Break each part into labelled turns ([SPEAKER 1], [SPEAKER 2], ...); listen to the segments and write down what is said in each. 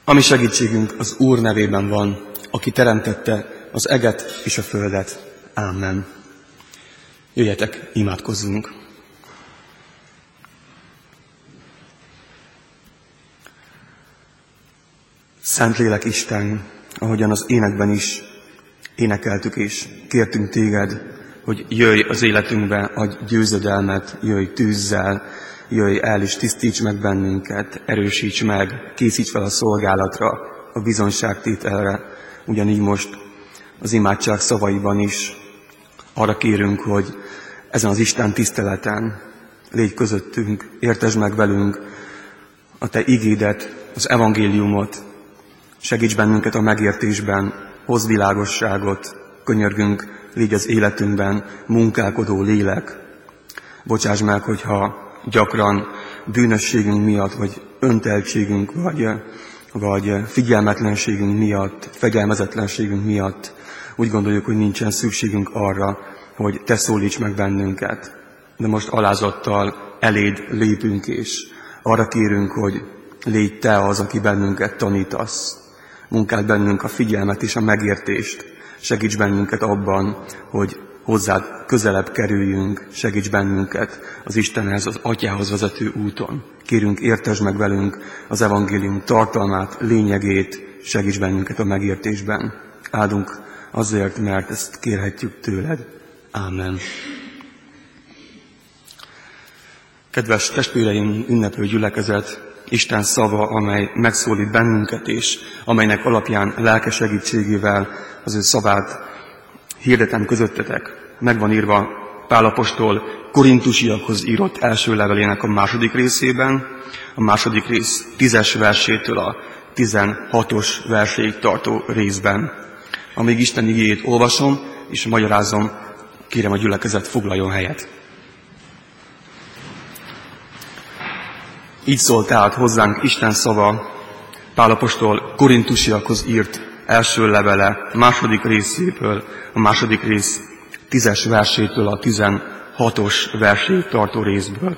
[SPEAKER 1] A mi segítségünk az Úr nevében van, aki teremtette az eget és a földet. Ámen. Jöjjetek, imádkozzunk. Szentlélek Isten, ahogyan az énekben is énekeltük és kértünk téged, hogy jöjj az életünkbe, adj győzedelmet, jöjj tűzzel, jöjj el és tisztíts meg bennünket, erősíts meg, készíts fel a szolgálatra, a bizonyságtételre. Ugyanígy most az imádság szavaiban is arra kérünk, hogy ezen az Isten tiszteleten légy közöttünk, értesd meg velünk a te igédet, az evangéliumot, segíts bennünket a megértésben, hozz világosságot, könyörgünk, légy az életünkben munkálkodó lélek. Bocsáss meg, hogyha gyakran bűnösségünk miatt, vagy önteltségünk, vagy figyelmetlenségünk miatt, fegyelmezetlenségünk miatt úgy gondoljuk, hogy nincsen szükségünk arra, hogy te szólíts meg bennünket. De most alázattal eléd lépünk, és arra kérünk, hogy légy te az, aki bennünket tanítasz. Munkáld bennünk a figyelmet és a megértést. Segíts bennünket abban, hogy hozzád közelebb kerüljünk, segíts bennünket az Istenhez, az Atyához vezető úton. Kérünk, értesd meg velünk az evangélium tartalmát, lényegét, segíts bennünket a megértésben. Áldunk azért, mert ezt kérhetjük tőled. Ámen. Kedves testvéreim, ünneplő gyülekezet, Isten szava, amely megszólít bennünket, és amelynek alapján lelke segítségével az ő szavát hirdetem közöttetek. Meg van írva Pál apostol korintusiakhoz írott első levelének a második részében, a második rész 10-es versétől a 16-os verséig tartó részben. Amíg Isten igéjét olvasom és magyarázom, kérem a gyülekezet foglaljon helyet. Így szól tehát hozzánk Isten szava, Pál apostol korintusiakhoz írt első levele második részéből, a második rész 10-es versétől a 16-os verséig tartó részből.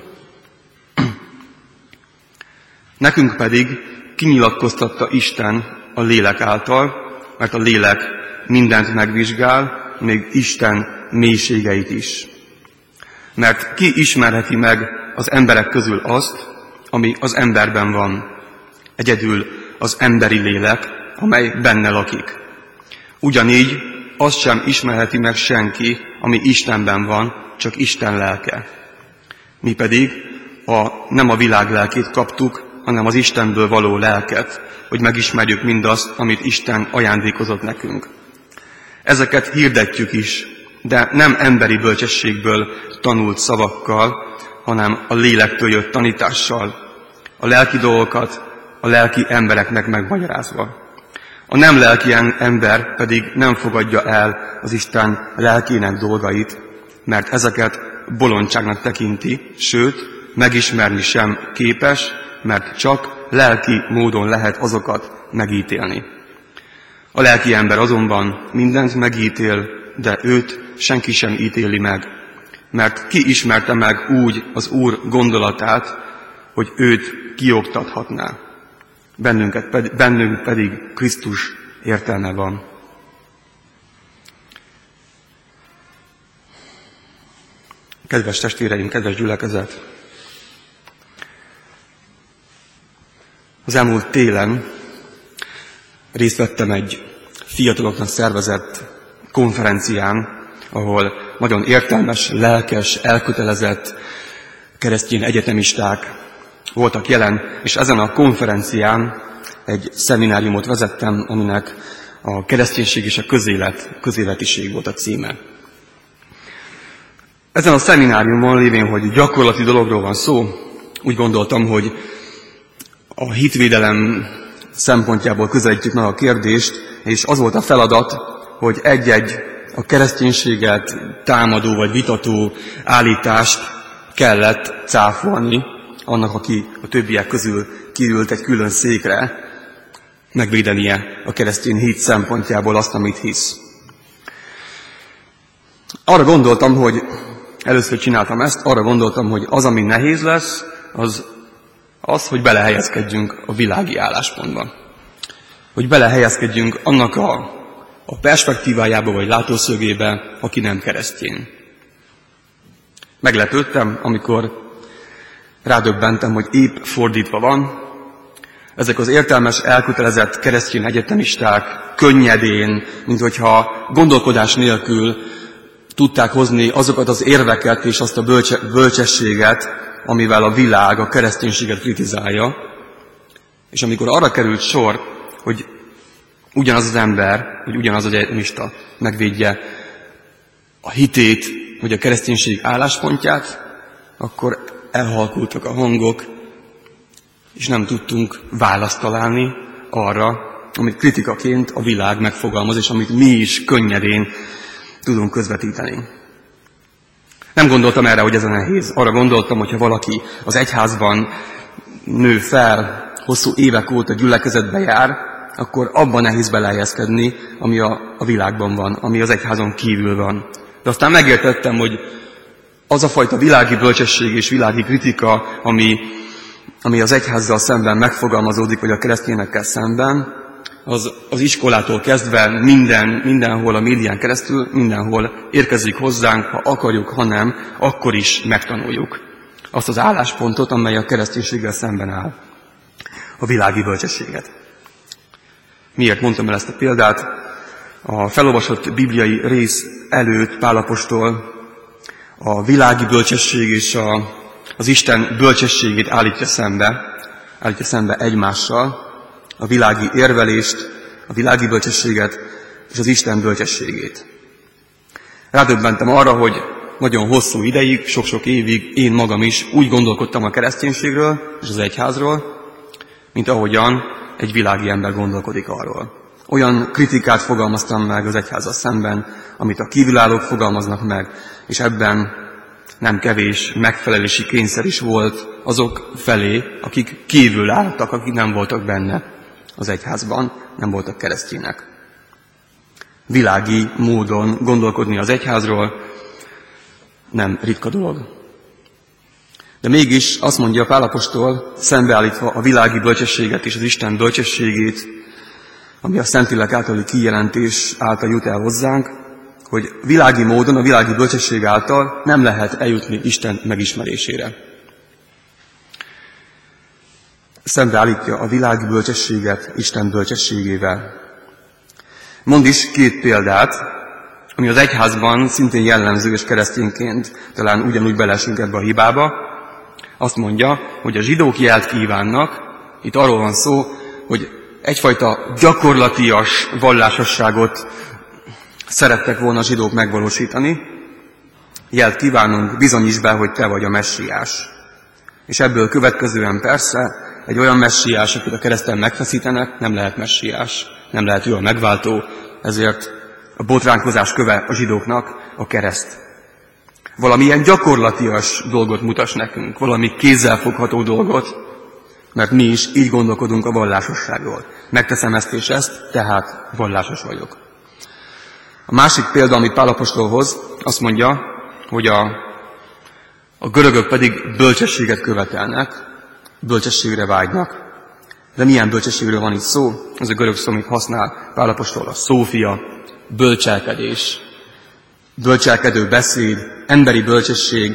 [SPEAKER 1] Nekünk pedig kinyilatkoztatta Isten a lélek által, mert a lélek mindent megvizsgál, még Isten mélységeit is. Mert ki ismerheti meg az emberek közül azt, ami az emberben van, egyedül az emberi lélek, amely benne lakik. Ugyanígy azt sem ismerheti meg senki, ami Istenben van, csak Isten lelke. Mi pedig nem a világ lelkét kaptuk, hanem az Istenből való lelket, hogy megismerjük mindazt, amit Isten ajándékozott nekünk. Ezeket hirdetjük is, de nem emberi bölcsességből tanult szavakkal, hanem a lélektől jött tanítással, a lelki dolgokat a lelki embereknek megmagyarázva. A nem lelki ember pedig nem fogadja el az Isten lelkének dolgait, mert ezeket bolondságnak tekinti, sőt, megismerni sem képes, mert csak lelki módon lehet azokat megítélni. A lelki ember azonban mindent megítél, de őt senki sem ítéli meg, mert ki ismerte meg úgy az Úr gondolatát, hogy őt kioktathatná. Bennünk pedig Krisztus értelme van. Kedves testvéreim, kedves gyülekezet! Az elmúlt télen részt vettem egy fiataloknak szervezett konferencián, ahol nagyon értelmes, lelkes, elkötelezett keresztény egyetemisták voltak jelen, és ezen a konferencián egy szemináriumot vezettem, aminek a kereszténység és a közéletiség volt a címe. Ezen a szemináriumon lévén, hogy gyakorlati dologról van szó, úgy gondoltam, hogy a hitvédelem szempontjából közelítjük meg a kérdést, és az volt a feladat, hogy egy-egy a kereszténységet támadó vagy vitató állítást kellett cáfolni annak, aki a többiek közül kiült egy külön székre, megvédenie a keresztény hit szempontjából azt, amit hisz. Arra gondoltam, hogy először csináltam ezt, arra gondoltam, hogy az, ami nehéz lesz, az, hogy belehelyezkedjünk a világi álláspontba. hogy belehelyezkedjünk annak a perspektívájába vagy látószögébe, aki nem keresztény. Meglepődtem, amikor rádöbbentem, hogy épp fordítva van. Ezek az értelmes, elkötelezett keresztény egyetemisták könnyedén, minthogyha gondolkodás nélkül tudták hozni azokat az érveket és azt a bölcsességet, amivel a világ a kereszténységet kritizálja. És amikor arra került sor, hogy ugyanaz az ember, vagy ugyanaz az egyetemista megvédje a hitét, vagy a kereszténység álláspontját, akkor elhalkultak a hangok, és nem tudtunk választ találni arra, amit kritikaként a világ megfogalmaz, és amit mi is könnyedén tudunk közvetíteni. Nem gondoltam erre, hogy ez a nehéz. Arra gondoltam, hogyha valaki az egyházban nő fel, hosszú évek óta gyülekezetbe jár, akkor abban nehéz belehelyezkedni, ami a világban van, ami az egyházon kívül van. De aztán megértettem, hogy az a fajta világi bölcsesség és világi kritika, ami az egyházzal szemben megfogalmazódik, vagy a keresztényekkel szemben, az iskolától kezdve mindenhol a médián keresztül, mindenhol érkezik hozzánk, ha akarjuk, ha nem, akkor is megtanuljuk azt az álláspontot, amely a kereszténységgel szemben áll, a világi bölcsességet. Miért mondtam el ezt a példát? A felolvasott bibliai rész előtt Pál apostol a világi bölcsesség és az Isten bölcsességét állítja szembe egymással, a világi érvelést, a világi bölcsességet és az Isten bölcsességét. Rádöbbentem arra, hogy nagyon hosszú ideig, sok-sok évig én magam is úgy gondolkodtam a kereszténységről és az egyházról, mint ahogyan egy világi ember gondolkodik arról. Olyan kritikát fogalmaztam meg az egyházzal szemben, amit a kívülállók fogalmaznak meg, és ebben nem kevés megfelelési kényszer is volt azok felé, akik kívül álltak, akik nem voltak benne az egyházban, nem voltak keresztények. Világi módon gondolkodni az egyházról nem ritka dolog. De mégis azt mondja Pál apostol, szembeállítva a világi bölcsességet és az Isten bölcsességét, ami a Szentlélek általi kijelentés által jut el hozzánk, hogy világi módon, a világi bölcsesség által nem lehet eljutni Isten megismerésére. Szembeállítja a világi bölcsességet Isten bölcsességével. Mond is 2 példát, ami az egyházban szintén jellemző, és keresztényként talán ugyanúgy belesünk ebbe a hibába. Azt mondja, hogy a zsidók jelt kívánnak, itt arról van szó, hogy egyfajta gyakorlatias vallásosságot szerettek volna a zsidók megvalósítani. Jelt kívánunk, bizonyítsd be, hogy te vagy a messiás. És ebből következően persze egy olyan messiás, akit a kereszten megfeszítenek, nem lehet messiás, nem lehet ő a megváltó, ezért a botránkozás köve a zsidóknak a kereszt. Valamilyen gyakorlatias dolgot mutass nekünk, valami kézzelfogható dolgot, mert mi is így gondolkodunk a vallásosságról. Megteszem ezt és ezt, tehát vallásos vagyok. A másik példa, amit Pál apostol hoz, azt mondja, hogy a görögök pedig bölcsességet követelnek, bölcsességre vágynak. De milyen bölcsességről van itt szó? Ez a görög szó, amit használ Pál apostol, a szófia, bölcselkedés, bölcselkedő beszéd, emberi bölcsesség.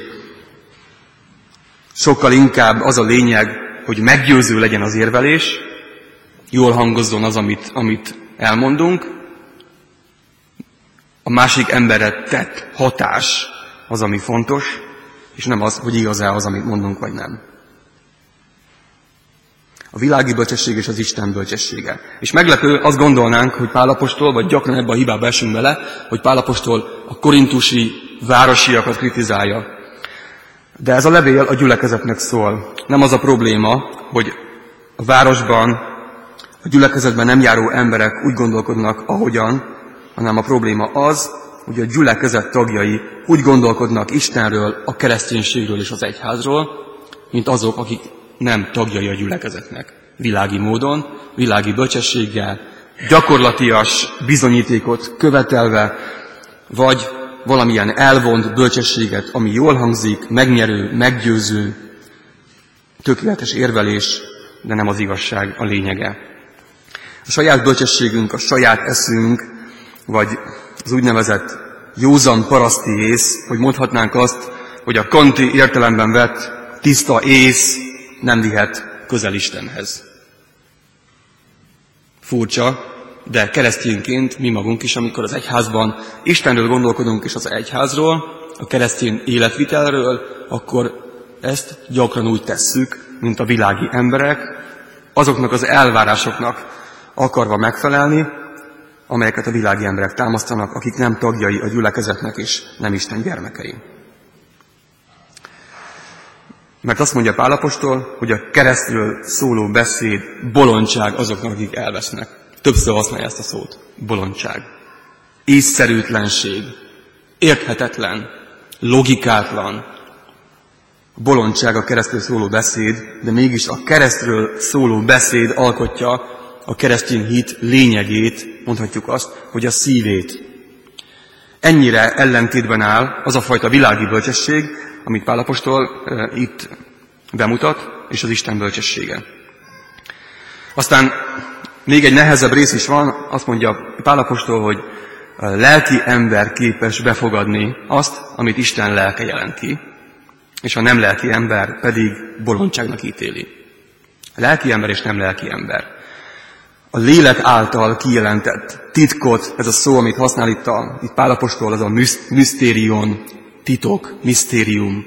[SPEAKER 1] Sokkal inkább az a lényeg, hogy meggyőző legyen az érvelés, jól hangozzon az, amit elmondunk, a másik emberre tett hatás az, ami fontos, és nem az, hogy igaz-e az, amit mondunk, vagy nem. A világi bölcsesség és az Isten bölcsessége. És meglepő, azt gondolnánk, hogy Pál apostol, vagy gyakran ebbe a hibába esünk bele, hogy Pál apostol a korintusi városiakat kritizálja. De ez a levél a gyülekezetnek szól. Nem az a probléma, hogy a városban, a gyülekezetben nem járó emberek úgy gondolkodnak, ahogyan, hanem a probléma az, hogy a gyülekezet tagjai úgy gondolkodnak Istenről, a kereszténységről és az egyházról, mint azok, akik nem tagjai a gyülekezetnek. Világi módon, világi bölcsességgel, gyakorlatias bizonyítékot követelve, vagy valamilyen elvont bölcsességet, ami jól hangzik, megnyerő, meggyőző, tökéletes érvelés, de nem az igazság a lényege. A saját bölcsességünk, a saját eszünk, vagy az úgynevezett józan paraszti ész, hogy mondhatnánk azt, hogy a kanti értelemben vett tiszta ész nem vihet közel Istenhez. Furcsa, de keresztényként mi magunk is, amikor az egyházban Istenről gondolkodunk és az egyházról, a keresztény életvitelről, akkor ezt gyakran úgy tesszük, mint a világi emberek, azoknak az elvárásoknak akarva megfelelni, amelyeket a világi emberek támasztanak, akik nem tagjai a gyülekezetnek és nem Isten gyermekei. Mert azt mondja Pál apostol, hogy a keresztről szóló beszéd bolondság azoknak, akik elvesznek. Többször használja ezt a szót. Bolondság. Észszerűtlenség. Érthetetlen. Logikátlan. Bolondság a keresztről szóló beszéd, de mégis a keresztről szóló beszéd alkotja a keresztény hit lényegét, mondhatjuk azt, hogy a szívét. Ennyire ellentétben áll az a fajta világi bölcsesség, amit Pál apostol itt bemutat, és az Isten bölcsessége. Aztán még egy nehezebb rész is van, azt mondja Pál apostol, hogy a lelki ember képes befogadni azt, amit Isten lelke jelent ki, és a nem lelki ember pedig bolondságnak ítéli. Lelki ember és nem lelki ember. A lélek által kijelentett titkot, ez a szó, amit használ itt Pál apostol, az a misztérion, titok, misztérium.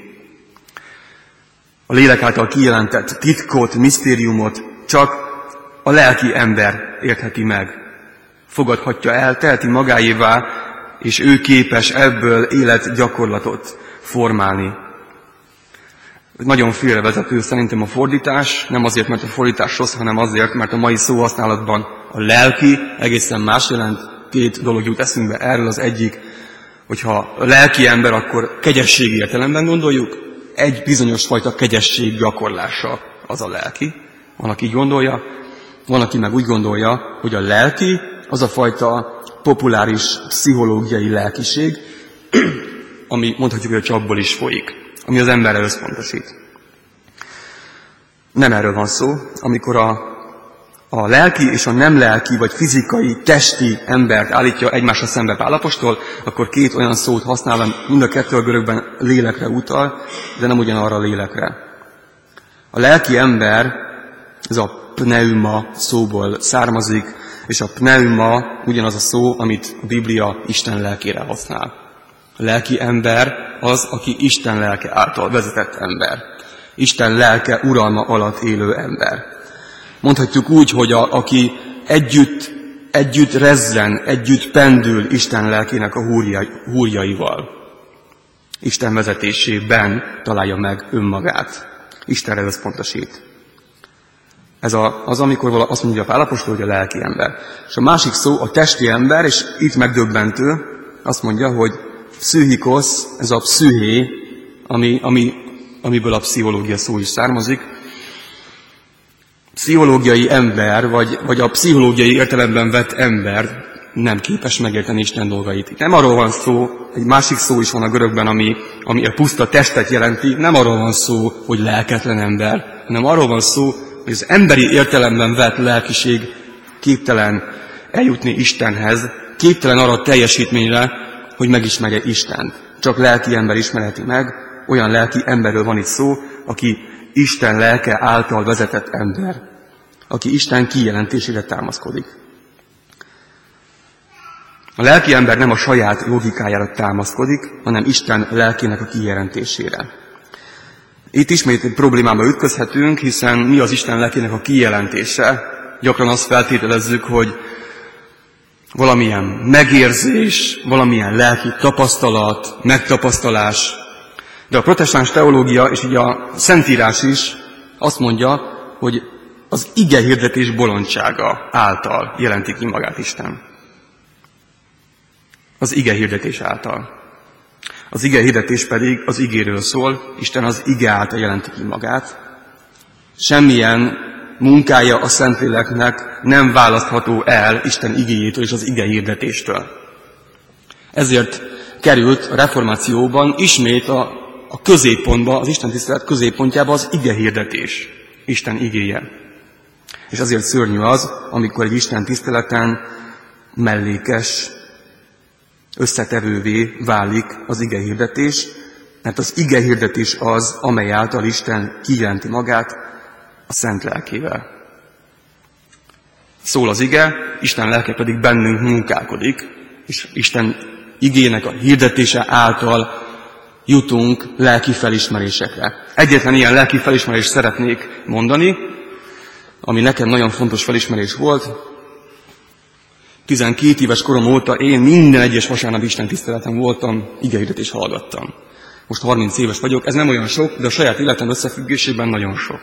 [SPEAKER 1] A lélek által kijelentett titkot, misztériumot csak a lelki ember értheti meg. Fogadhatja el, teheti magáévá, és ő képes ebből életgyakorlatot formálni. Nagyon félrevezető szerintem a fordítás, nem azért, mert a fordítás rossz, hanem azért, mert a mai szóhasználatban a lelki egészen más jelent. Két dolog jut eszünkbe erről, az egyik, hogyha a lelki ember, akkor kegyességi értelemben gondoljuk, egy bizonyos fajta kegyesség gyakorlása az a lelki. Van, aki így gondolja, van, aki meg úgy gondolja, hogy a lelki az a fajta populáris pszichológiai lelkiség, ami mondhatjuk, hogy a csapból is folyik, ami az emberre összpontosít. Nem erről van szó, amikor a lelki és a nem lelki, vagy fizikai, testi embert állítja egymásra szembe Pál apostol, akkor két olyan szót használ, mind a kettő a görögben lélekre utal, de nem ugyanarra a lélekre. A lelki ember, ez a pneuma szóból származik, és a pneuma ugyanaz a szó, amit a Biblia Isten lelkére használ. A lelki ember az, aki Isten lelke által vezetett ember. Isten lelke uralma alatt élő ember. Mondhatjuk úgy, hogy aki együtt rezzen, együtt pendül Isten lelkének a húrjaival. Isten vezetésében találja meg önmagát. Istenre összpontosít. Ez az, amikor azt mondja Pál apostol, hogy a lelki ember. És a másik szó a testi ember, és itt megdöbbentő, azt mondja, hogy pszichikosz, ez a pszühé, amiből a pszichológia szó is származik. Pszichológiai ember, vagy a pszichológiai értelemben vett ember nem képes megérteni Isten dolgait. Itt nem arról van szó, egy másik szó is van a görögben, ami a puszta testet jelenti, nem arról van szó, hogy lelketlen ember, hanem arról van szó, hogy az emberi értelemben vett lelkiség képtelen eljutni Istenhez, képtelen arra a teljesítményre, hogy megismerje Istent. Csak lelki ember ismerheti meg, olyan lelki emberről van itt szó, aki Isten lelke által vezetett ember, aki Isten kijelentésére támaszkodik. A lelki ember nem a saját logikájára támaszkodik, hanem Isten lelkének a kijelentésére. Itt ismét egy problémába ütközhetünk, hiszen mi az Isten lelkének a kijelentése? Gyakran azt feltételezzük, hogy valamilyen megérzés, valamilyen lelki tapasztalat, megtapasztalás. De a protestáns teológia és így a Szentírás is azt mondja, hogy az ige hirdetés bolondsága által jelenti ki magát Isten. Az ige hirdetés által. Az ige hirdetés pedig az igéről szól, Isten az ige által jelenti ki magát. Semmilyen munkája a Szentléleknek nem választható el Isten igéjétől és az ige hirdetéstől. Ezért került a reformációban ismét a középpontba, az Isten tisztelet középpontjába az ige hirdetés, Isten igéje. és azért szörnyű az, amikor egy Isten tiszteleten mellékes, összetevővé válik az igehirdetés, mert az igehirdetés az, amely által Isten kijelenti magát a szent lelkével. Szól az ige, Isten lelke pedig bennünk munkálkodik, és Isten igének a hirdetése által jutunk lelki felismerésekre. Egyetlen ilyen lelki felismerést szeretnék mondani, ami nekem nagyon fontos felismerés volt. 12 éves korom óta én minden egyes vasárnap Isten tiszteleten voltam, igehirdetést hallgattam. Most 30 éves vagyok, ez nem olyan sok, de a saját életem összefüggésében nagyon sok.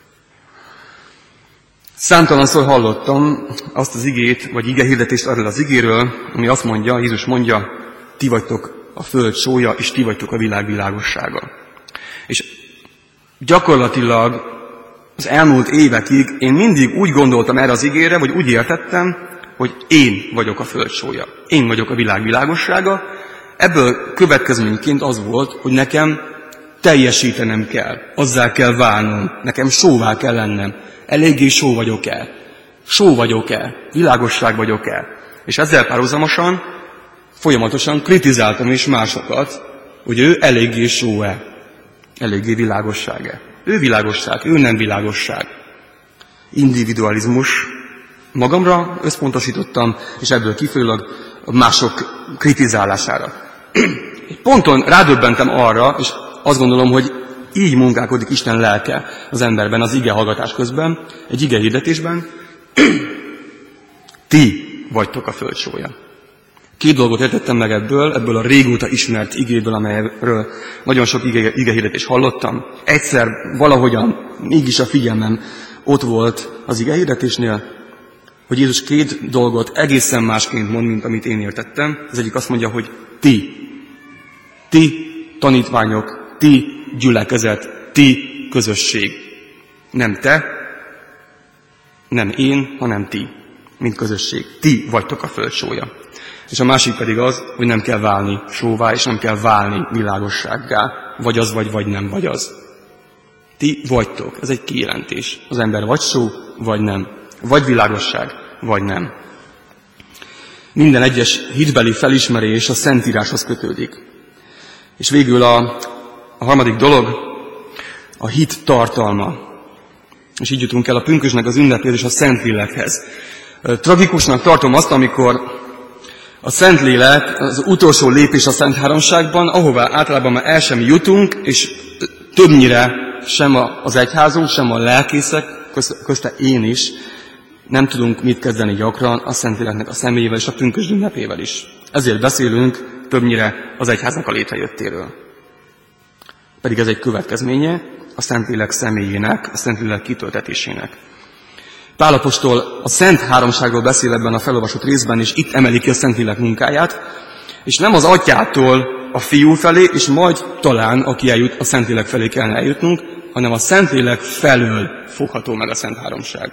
[SPEAKER 1] Számtalanszor hallottam azt az igét, vagy igehirdetést arról az igéről, ami azt mondja, Jézus mondja, ti vagytok a föld sója, és ti vagytok a világ világossága. És gyakorlatilag az elmúlt évekig én mindig úgy gondoltam erre az igére, vagy úgy értettem, hogy én vagyok a föld sója. Én vagyok a világ világossága. Ebből következményként az volt, hogy nekem teljesítenem kell, azzá kell válnom, nekem sóvá kell lennem. Eléggé só vagyok-e? Só vagyok-e? Világosság vagyok-e? És ezzel párhuzamosan folyamatosan kritizáltam is másokat, hogy ő eléggé só-e? Eléggé világosság-e? Ő világosság, ő nem világosság. Individualizmus. Magamra összpontosítottam, és ebből kifolyólag mások kritizálására. Egy ponton rádöbbentem arra, és azt gondolom, hogy így munkálkodik Isten lelke az emberben, az ige hallgatás közben, egy ige hirdetésben. Ti vagytok a föld sója. 2 dolgot értettem meg ebből a régóta ismert igéből, amelyről nagyon sok ige hirdetést hallottam. Egyszer valahogyan mégis a figyelmem ott volt az ige hirdetésnél, hogy Jézus 2 dolgot egészen másként mond, mint amit én értettem. Az egyik azt mondja, hogy ti. Ti tanítványok, ti gyülekezet, ti közösség. Nem te, nem én, hanem ti, mint közösség. Ti vagytok a föld sója. És a másik pedig az, hogy nem kell válni sóvá, és nem kell válni világossággá. Vagy az, vagy nem vagy az. Ti vagytok. Ez egy kijelentés. Az ember vagy só, vagy nem. Vagy világosság, vagy nem. Minden egyes hitbeli felismerés a Szentíráshoz kötődik. És végül a harmadik dolog, a hit tartalma. És így jutunk el a pünkösdnek az ünnepéhez és a Szentlélekhez. Tragikusnak tartom azt, amikor a Szentlélek az utolsó lépés a Szent Háromságban, ahová általában már el sem jutunk, és többnyire sem az egyházunk, sem a lelkészek, közte én is, nem tudunk mit kezdeni gyakran a Szentléleknek a személyével és a pünkösd ünnepével is. Ezért beszélünk többnyire az egyháznak a létrejöttéről. Pedig ez egy következménye a Szentlélek személyének, a Szentlélek kitöltetésének. Pál apostol a Szent Háromságról beszél ebben a felolvasott részben, és itt emeli ki a Szentlélek munkáját, és nem az Atyától a Fiú felé, és majd talán, aki eljut, a Szentlélek felé kellene eljutnunk, hanem a Szentlélek felől fogható meg a Szent Háromság.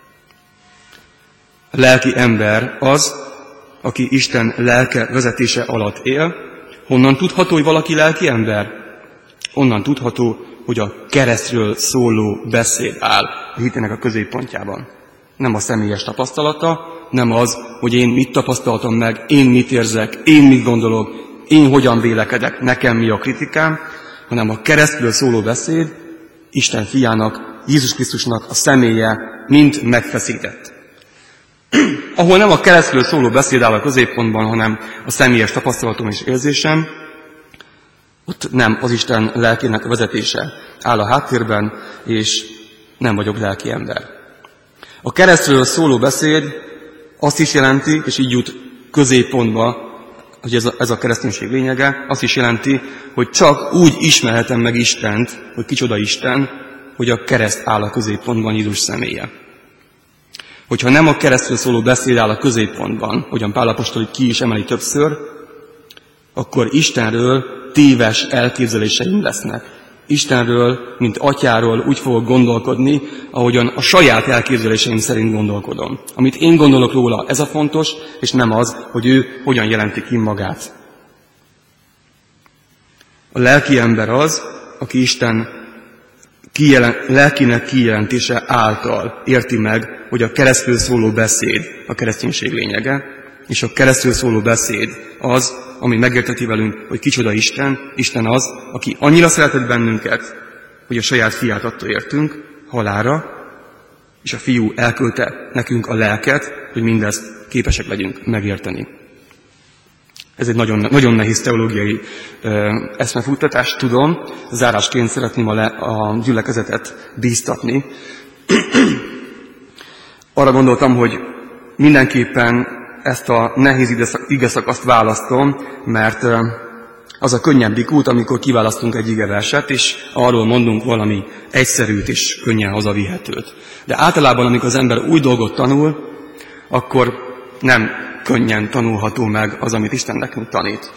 [SPEAKER 1] A lelki ember az, aki Isten lelke vezetése alatt él. Honnan tudható, hogy valaki lelki ember? Onnan tudható, hogy a keresztről szóló beszéd áll a hitének a középpontjában. Nem a személyes tapasztalata, nem az, hogy én mit tapasztaltam meg, én mit érzek, én mit gondolok, én hogyan vélekedek, nekem mi a kritikám, hanem a keresztről szóló beszéd Isten fiának, Jézus Krisztusnak a személye mind megfeszített. Ahol nem a keresztről szóló beszéd áll a középpontban, hanem a személyes tapasztalatom és érzésem, ott nem az Isten lelkének a vezetése áll a háttérben, és nem vagyok lelki ember. A keresztről szóló beszéd azt is jelenti, és így jut középpontba, hogy ez a kereszténység lényege, azt is jelenti, hogy csak úgy ismerhetem meg Istent, hogy kicsoda Isten, hogy a kereszt áll a középpontban, Jézus személye. Hogyha nem a keresztről szóló beszéd áll a középpontban, hogyan Pál apostol ki is emeli többször, akkor Istenről téves elképzeléseim lesznek. Istenről, mint atyáról úgy fogok gondolkodni, ahogyan a saját elképzeléseim szerint gondolkodom. Amit én gondolok róla, ez a fontos, és nem az, hogy ő hogyan jelenti ki magát. A lelki ember az, aki Isten lelkinek kijelentése által érti meg hogy a keresztül szóló beszéd a kereszténység lényege, és a keresztül szóló beszéd az, ami megérteti velünk, hogy kicsoda Isten. Isten az, aki annyira szeretett bennünket, hogy a saját fiát adta értünk halálra, és a fiú elküldte nekünk a lelket, hogy mindezt képesek legyünk megérteni. Ez egy nagyon, nagyon nehéz teológiai eszmefuttatás, tudom. Zárásként szeretném a gyülekezetet bíztatni. Arra gondoltam, hogy mindenképpen ezt a nehéz igeszakaszt választom, mert az a könnyebbik út, amikor kiválasztunk egy igeverset, és arról mondunk valami egyszerűt és könnyen hazavihetőt. De általában, amikor az ember új dolgot tanul, akkor nem könnyen tanulható meg az, amit Isten nekünk tanít.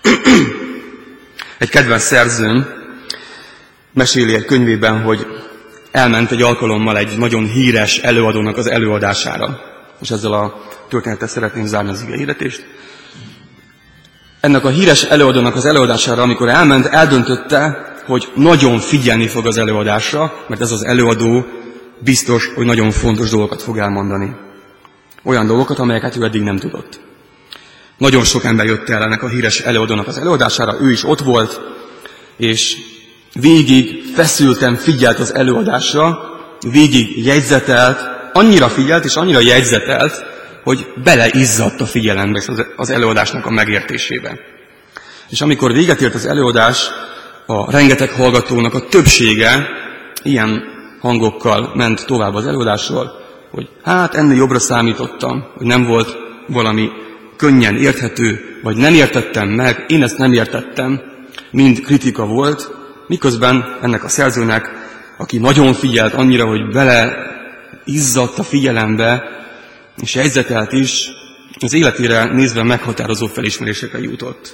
[SPEAKER 1] Egy kedvenc szerzőm meséli egy könyvében, hogy elment egy alkalommal egy nagyon híres előadónak az előadására. És ezzel a történettel szeretném zárni az igehirdetést. Ennek a híres előadónak az előadására, amikor elment, eldöntötte, hogy nagyon figyelni fog az előadásra, mert ez az előadó biztos, hogy nagyon fontos dolgokat fog elmondani. Olyan dolgokat, amelyeket ő eddig nem tudott. Nagyon sok ember jött el ennek a híres előadónak az előadására, ő is ott volt, és végig feszülten figyelt az előadásra, végig jegyzetelt, annyira figyelt és annyira jegyzetelt, hogy beleizzadt a figyelembe az előadásnak a megértésébe. És amikor véget ért az előadás, a rengeteg hallgatónak a többsége ilyen hangokkal ment tovább az előadásról, hogy hát ennél jobbra számítottam, hogy nem volt valami könnyen érthető, vagy nem értettem meg, én ezt nem értettem, mind kritika volt, miközben ennek a szerzőnek, aki nagyon figyelt annyira, hogy beleizzadt a figyelembe, és jegyzetelt is, az életére nézve meghatározó felismerésekre jutott.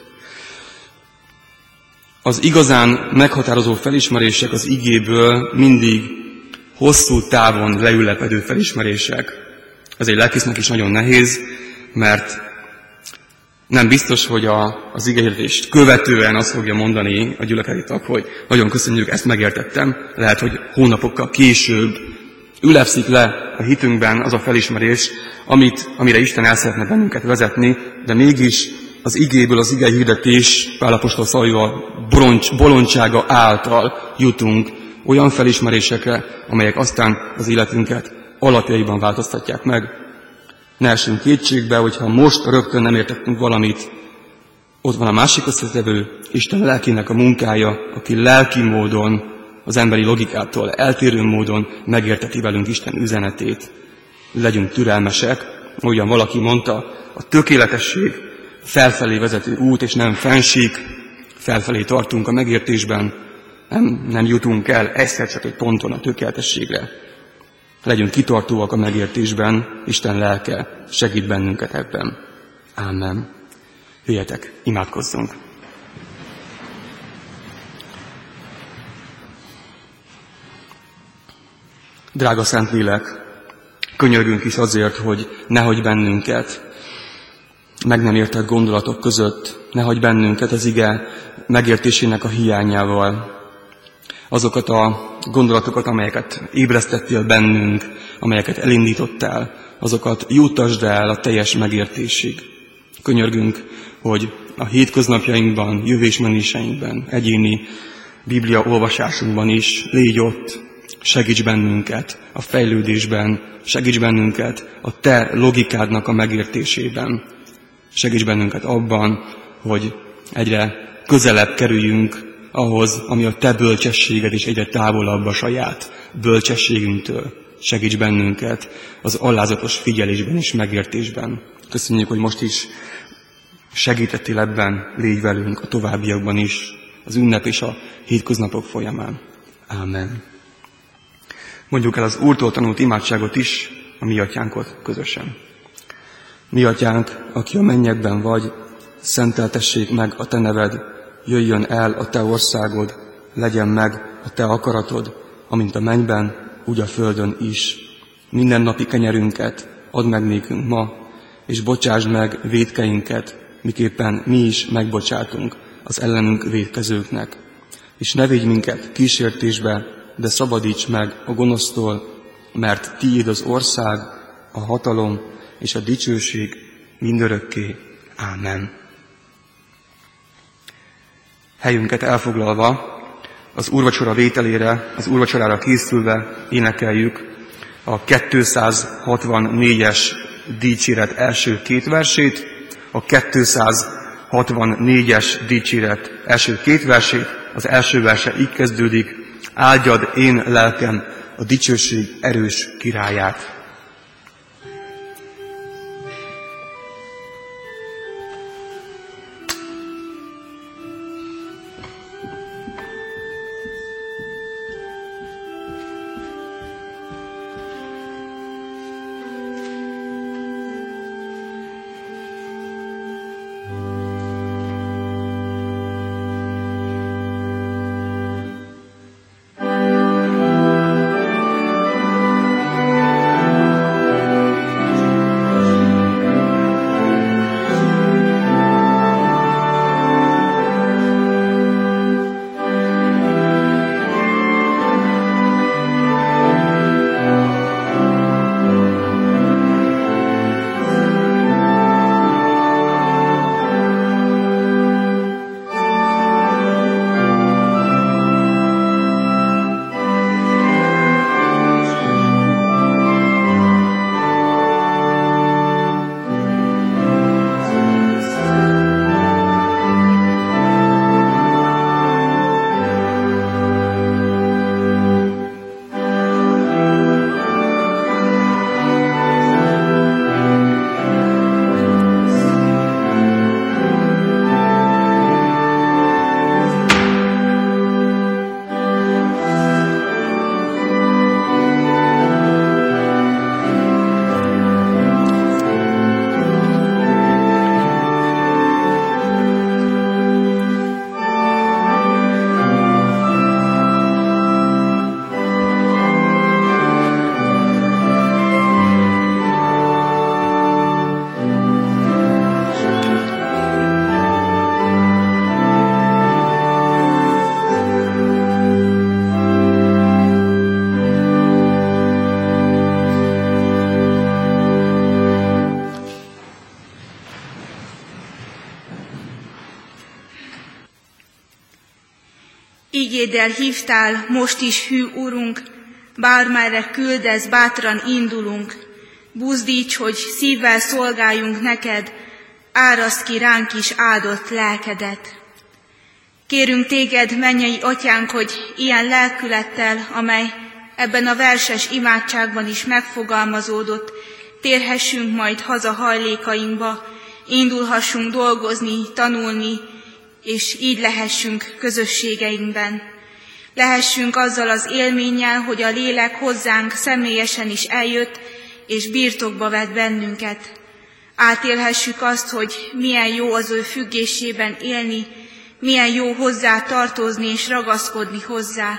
[SPEAKER 1] Az igazán meghatározó felismerések az igéből mindig hosszú távon leülepedő felismerések. Ez egy lelkésznek is nagyon nehéz, mert nem biztos, hogy az igehirdetést követően azt fogja mondani a gyülekezeti tag, hogy nagyon köszönjük, ezt megértettem. Lehet, hogy hónapokkal később ülepszik le a hitünkben az a felismerés, amire Isten el szeretne bennünket vezetni, de mégis az igéből, az igehirdetés Pál apostol szavaival bolondsága által jutunk olyan felismerésekre, amelyek aztán az életünket alapjaiban változtatják meg. Ne essünk kétségbe, hogyha most rögtön nem értettünk valamit, ott van a másik összetevő, Isten lelkének a munkája, aki lelki módon, az emberi logikától eltérő módon megérteti velünk Isten üzenetét. Legyünk türelmesek, ahogyan valaki mondta, a tökéletesség felfelé vezető út, és nem fensík, felfelé tartunk a megértésben, nem jutunk el egyszer csak egy ponton a tökéletességre. Legyünk kitartóak a megértésben, Isten lelke segít bennünket ebben. Ámen. Jöjjetek, imádkozzunk. Drága Szentlélek, könyörgünk is azért, hogy ne hagyj bennünket meg nem értett gondolatok között, ne hagyj bennünket az ige megértésének a hiányával. Azokat a gondolatokat, amelyeket ébresztettél bennünk, amelyeket elindítottál, azokat juttasd el a teljes megértésig. Könyörgünk, hogy a hétköznapjainkban, jövésmenéseinkben, egyéni Biblia olvasásunkban is légy ott, segíts bennünket a fejlődésben, segíts bennünket a te logikádnak a megértésében, segíts bennünket abban, hogy egyre közelebb kerüljünk ahhoz, ami a te bölcsességed, és egyre távolabb a saját bölcsességünktől. Segíts bennünket az alázatos figyelésben és megértésben. Köszönjük, hogy most is segítettél ebben, légy velünk a továbbiakban is, az ünnep és a hétköznapok folyamán. Ámen. Mondjuk el az Úrtól tanult imádságot is, a mi atyánkot közösen. Mi atyánk, aki a mennyekben vagy, szenteltessék meg a te neved, jöjjön el a te országod, legyen meg a te akaratod, amint a mennyben, úgy a földön is. Minden napi kenyerünket add meg nékünk ma, és bocsásd meg vétkeinket, miképpen mi is megbocsátunk az ellenünk vétkezőknek. És ne vigy minket kísértésbe, de szabadíts meg a gonosztól, mert tiéd az ország, a hatalom és a dicsőség mindörökké. Ámen. Helyünket elfoglalva, az úrvacsora vételére, az úrvacsorára készülve énekeljük a 264-es dicséret első két versét, a 264-es dicséret első két versét. Az első verse így kezdődik: áldjad én lelkem a dicsőség erős királyát.
[SPEAKER 2] Ígéddel hívtál, most is hű Urunk, bármerre küldesz, bátran indulunk. Buzdíts, hogy szívvel szolgáljunk neked, áraszd ki ránk is áldott lelkedet. Kérünk téged, mennyei atyánk, hogy ilyen lelkülettel, amely ebben a verses imádságban is megfogalmazódott, térhessünk majd haza hajlékainkba, indulhassunk dolgozni, tanulni, és így lehessünk közösségeinkben. Lehessünk azzal az élménnyel, hogy a lélek hozzánk személyesen is eljött, és birtokba vett bennünket. Átélhessük azt, hogy milyen jó az ő függésében élni, milyen jó hozzá tartozni és ragaszkodni hozzá.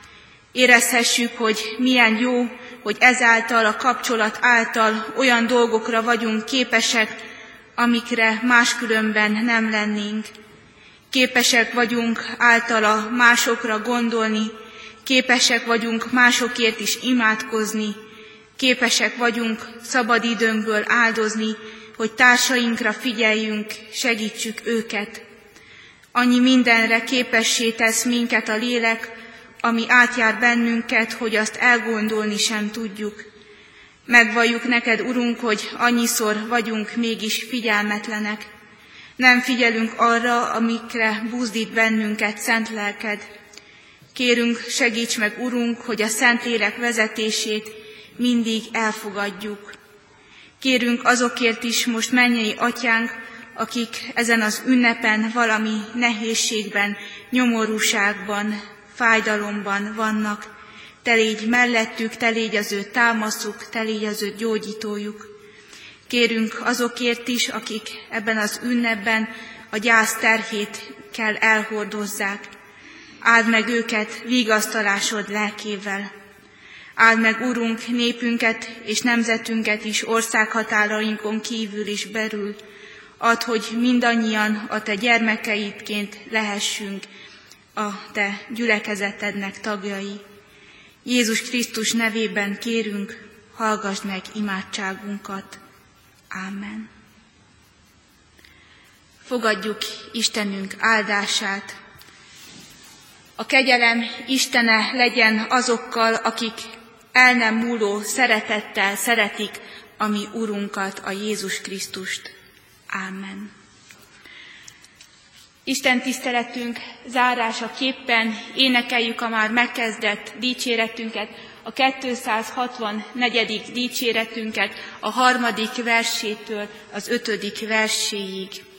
[SPEAKER 2] Érezhessük, hogy milyen jó, hogy ezáltal, a kapcsolat által olyan dolgokra vagyunk képesek, amikre máskülönben nem lennénk. Képesek vagyunk általa másokra gondolni, képesek vagyunk másokért is imádkozni, képesek vagyunk szabad időnkből áldozni, hogy társainkra figyeljünk, segítsük őket. Annyi mindenre képessé tesz minket a lélek, ami átjár bennünket, hogy azt elgondolni sem tudjuk. Megvalljuk neked, Urunk, hogy annyiszor vagyunk mégis figyelmetlenek. Nem figyelünk arra, amikre buzdít bennünket szent lelked. Kérünk, segíts meg, Urunk, hogy a Szentlélek vezetését mindig elfogadjuk. Kérünk azokért is most, mennyei atyánk, akik ezen az ünnepen valami nehézségben, nyomorúságban, fájdalomban vannak. Te légy mellettük, te légy az ő támaszuk, te légy az ő gyógyítójuk. Kérünk azokért is, akik ebben az ünnepben a gyász terhét kell elhordozzák. Áld meg őket vigasztalásod lelkével. Áld meg, Urunk, népünket és nemzetünket is országhatárainkon kívül is belül. Add, hogy mindannyian a te gyermekeidként lehessünk a te gyülekezetednek tagjai. Jézus Krisztus nevében kérünk, hallgass meg imádságunkat. Ámen. Fogadjuk Istenünk áldását. A kegyelem Istene legyen azokkal, akik el nem múló szeretettel szeretik a mi Urunkat, a Jézus Krisztust. Ámen. Isten tiszteletünk zárásaképpen énekeljük a már megkezdett dicséretünket, a 264. dicséretünket a 3. versétől az 5. verséig.